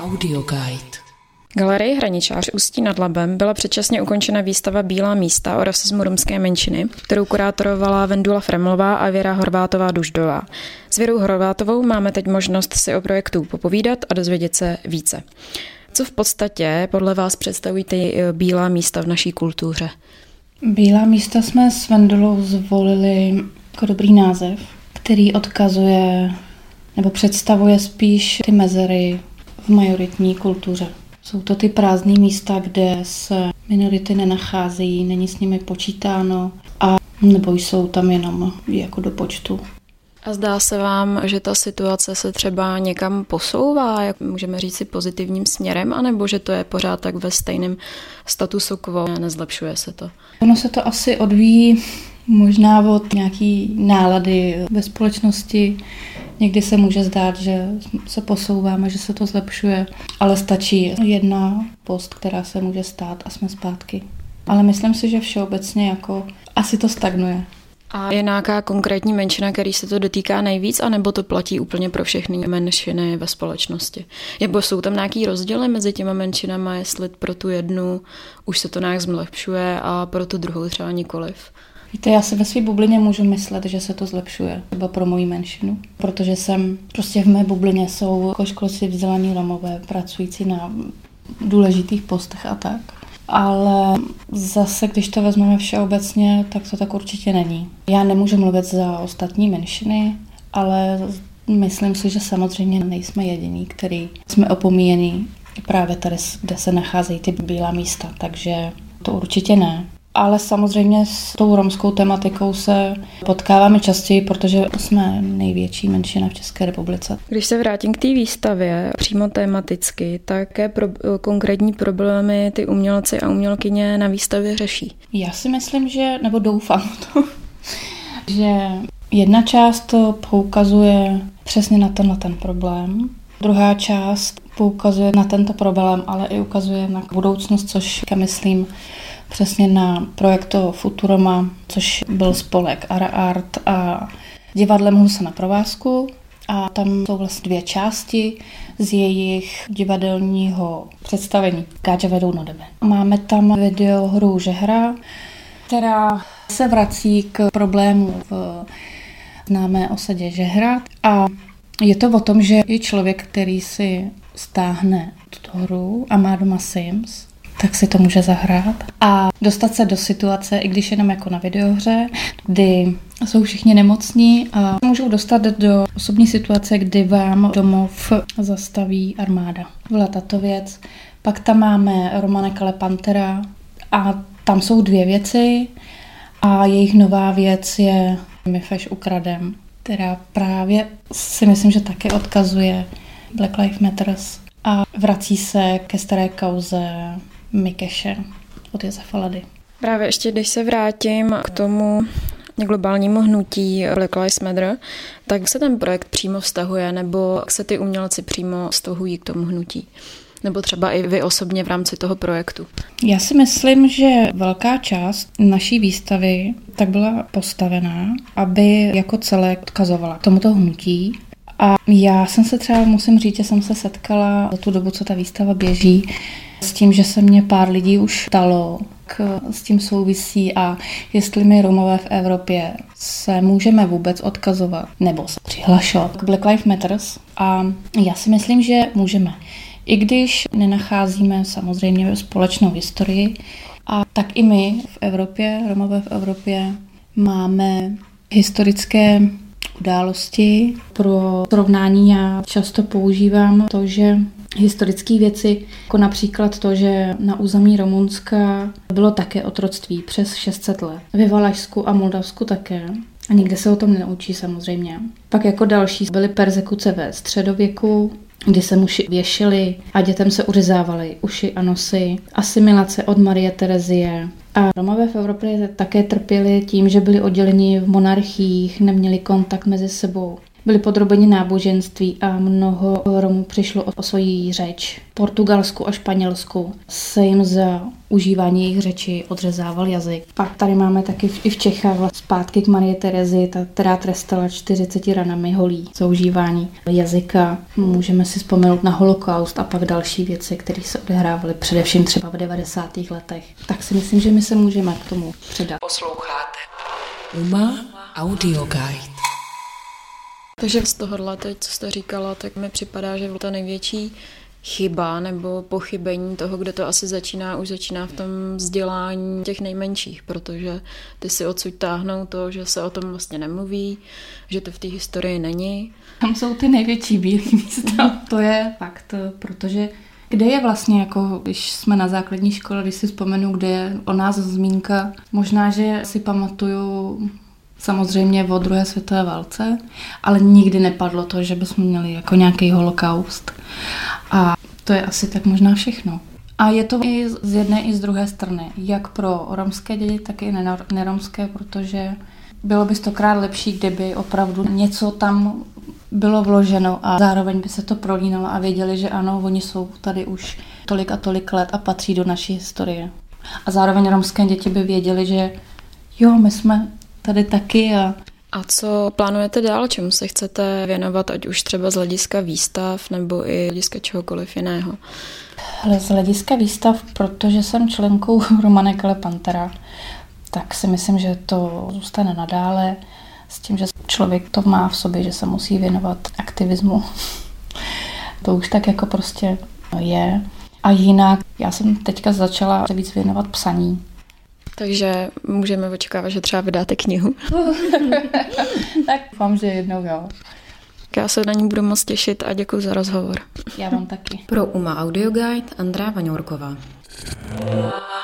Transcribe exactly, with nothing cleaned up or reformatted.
Audioguide. Galerii Hraničář Ústí nad Labem byla předčasně ukončena výstava Bílá místa o rasismu romské menšiny, kterou kurátorovala Vendula Fremlová a Věra Horvátová-Duždová. S Věrou Horvátovou máme teď možnost si o projektu popovídat a dozvědět se více. Co v podstatě podle vás představují ty bílá místa v naší kultuře? Bílá místa jsme s Vendulou zvolili jako dobrý název, který odkazuje nebo představuje spíš ty mezery v majoritní kultuře. Jsou to ty prázdné místa, kde se minority nenacházejí, není s nimi počítáno a nebo jsou tam jenom jako do počtu. A zdá se vám, že ta situace se třeba někam posouvá, jak můžeme říct si pozitivním směrem, anebo že to je pořád tak ve stejném statusu quo a nezlepšuje se to? Ono se to asi odvíjí možná od nějaký nálady ve společnosti. Někdy se může zdát, že se posouváme, že se to zlepšuje, ale stačí jedna post, která se může stát a jsme zpátky. Ale myslím si, že všeobecně jako asi to stagnuje. A je nějaká konkrétní menšina, který se to dotýká nejvíc, anebo to platí úplně pro všechny menšiny ve společnosti? Nebo jsou tam nějaký rozdíly mezi těma menšinama, jestli pro tu jednu už se to nějak zlepšuje a pro tu druhou třeba nikoliv? Víte, já si ve své bublině můžu myslet, že se to zlepšuje, třeba pro moji menšinu, protože jsem prostě v mé bublině jsou vysokoškolsky vzdělaní Romové, pracující na důležitých postech a tak. Ale zase, když to vezmeme všeobecně, tak to tak určitě není. Já nemůžu mluvit za ostatní menšiny, ale myslím si, že samozřejmě nejsme jediní, který jsme opomíjení právě tady, kde se nacházejí ty bílá místa, takže to určitě ne. Ale samozřejmě s tou romskou tematikou se potkáváme častěji, protože jsme největší menšina v České republice. Když se vrátím k té výstavě přímo tematicky, tak jaké pro, konkrétní problémy ty umělci a umělkyně na výstavě řeší? Já si myslím, že, nebo doufám to, že jedna část to poukazuje přesně na ten, na ten problém. Druhá část poukazuje na tento problém, ale i ukazuje na budoucnost, což já myslím, přesně na projektu Futuroma, což byl spolek Ara Art a divadlem Husa na provázku. A tam jsou vlastně dvě části z jejich divadelního představení. Káče vedou na nebe. Máme tam videohru Žehra, která se vrací k problému v známé osadě Žehra. A je to o tom, že je člověk, který si stáhne tuto hru a má doma Sims, tak si to může zahrát a dostat se do situace, i když jenom jako na videohře, kdy jsou všichni nemocní a můžou dostat do osobní situace, kdy vám domov zastaví armáda. Byla tato věc. Pak tam máme Romana Kale Pantera a tam jsou dvě věci a jejich nová věc je My feš ukradem, která právě si myslím, že taky odkazuje Black Lives Matters a vrací se ke staré kauze Mikeše od Josefa Lady. Právě ještě, když se vrátím k tomu globálnímu hnutí Black Lives Matter, tak se ten projekt přímo vztahuje, nebo se ty umělci přímo vztahují k tomu hnutí? Nebo třeba i vy osobně v rámci toho projektu? Já si myslím, že velká část naší výstavy tak byla postavená, aby jako celé odkazovala k tomuto hnutí. A já jsem se třeba, musím říct, že jsem se setkala za tu dobu, co ta výstava běží, s tím, že se mě pár lidí už ptalo, k, s tím souvisí a jestli my Romové v Evropě se můžeme vůbec odkazovat nebo se přihlašovat k Black Lives Matters. A já si myslím, že můžeme. I když nenacházíme samozřejmě společnou historii, a tak i my v Evropě, Romové v Evropě, máme historické události. Pro srovnání já často používám to, že historické věci, jako například to, že na území Rumunska bylo také otroctví přes šest set let. Ve Valašsku a Moldavsku také. A nikde se o tom neučí samozřejmě. Pak jako další byly perzekuce ve středověku, kdy se muži věšili a dětem se uřezávaly uši a nosy. Asimilace od Marie Terezie. A Romové v Evropě také trpěli tím, že byli odděleni v monarchiích, neměli kontakt mezi sebou. byli podrobeni náboženství a mnoho Romů přišlo o svoji řeč. Portugalsku a španělsku se jim za užívání jejich řeči odřezával jazyk. Pak tady máme taky i v Čechách zpátky k Marie Terezi, ta, která trestala čtyřiceti ranami holí za užívání jazyka. Můžeme si vzpomenout na holokaust a pak další věci, které se odehrávaly především třeba v devadesátých letech. Tak si myslím, že my se můžeme k tomu přidat. Posloucháte Uma Audio Guide. Takže z tohohle teď, co jste říkala, tak mi připadá, že ta největší chyba nebo pochybení toho, kde to asi začíná, už začíná v tom vzdělání těch nejmenších, protože ty si odsud táhnou to, že se o tom vlastně nemluví, že to v té historii není. Tam jsou ty největší bílý místa. To je fakt, protože kde je vlastně, jako když jsme na základní škole, když si vzpomenu, kde je o nás zmínka, možná, že si pamatuju samozřejmě o druhé světové válce, ale nikdy nepadlo to, že bychom měli jako nějaký holokaust. A to je asi tak možná všechno. A je to i z jedné, i z druhé strany. Jak pro romské děti, tak i neromské, protože bylo by stokrát lepší, kdyby opravdu něco tam bylo vloženo a zároveň by se to prolínalo a věděli, že ano, oni jsou tady už tolik a tolik let a patří do naší historie. A zároveň romské děti by věděli, že jo, my jsme tady taky. A... a co plánujete dál? Čemu se chcete věnovat, ať už třeba z hlediska výstav nebo i z hlediska čehokoliv jiného? Ale z hlediska výstav, protože jsem členkou Romane Kale Pantera, tak si myslím, že to zůstane nadále s tím, že člověk to má v sobě, že se musí věnovat aktivismu. To už tak jako prostě je. A jinak, já jsem teďka začala se víc věnovat psaní. Takže můžeme očekávat, že třeba vydáte knihu. Tak doufám, že jednou jo. Já se na ní budu moc těšit a děkuji za rozhovor. Já vám taky. Pro Uma Audio Guide Andrea Vaňourková.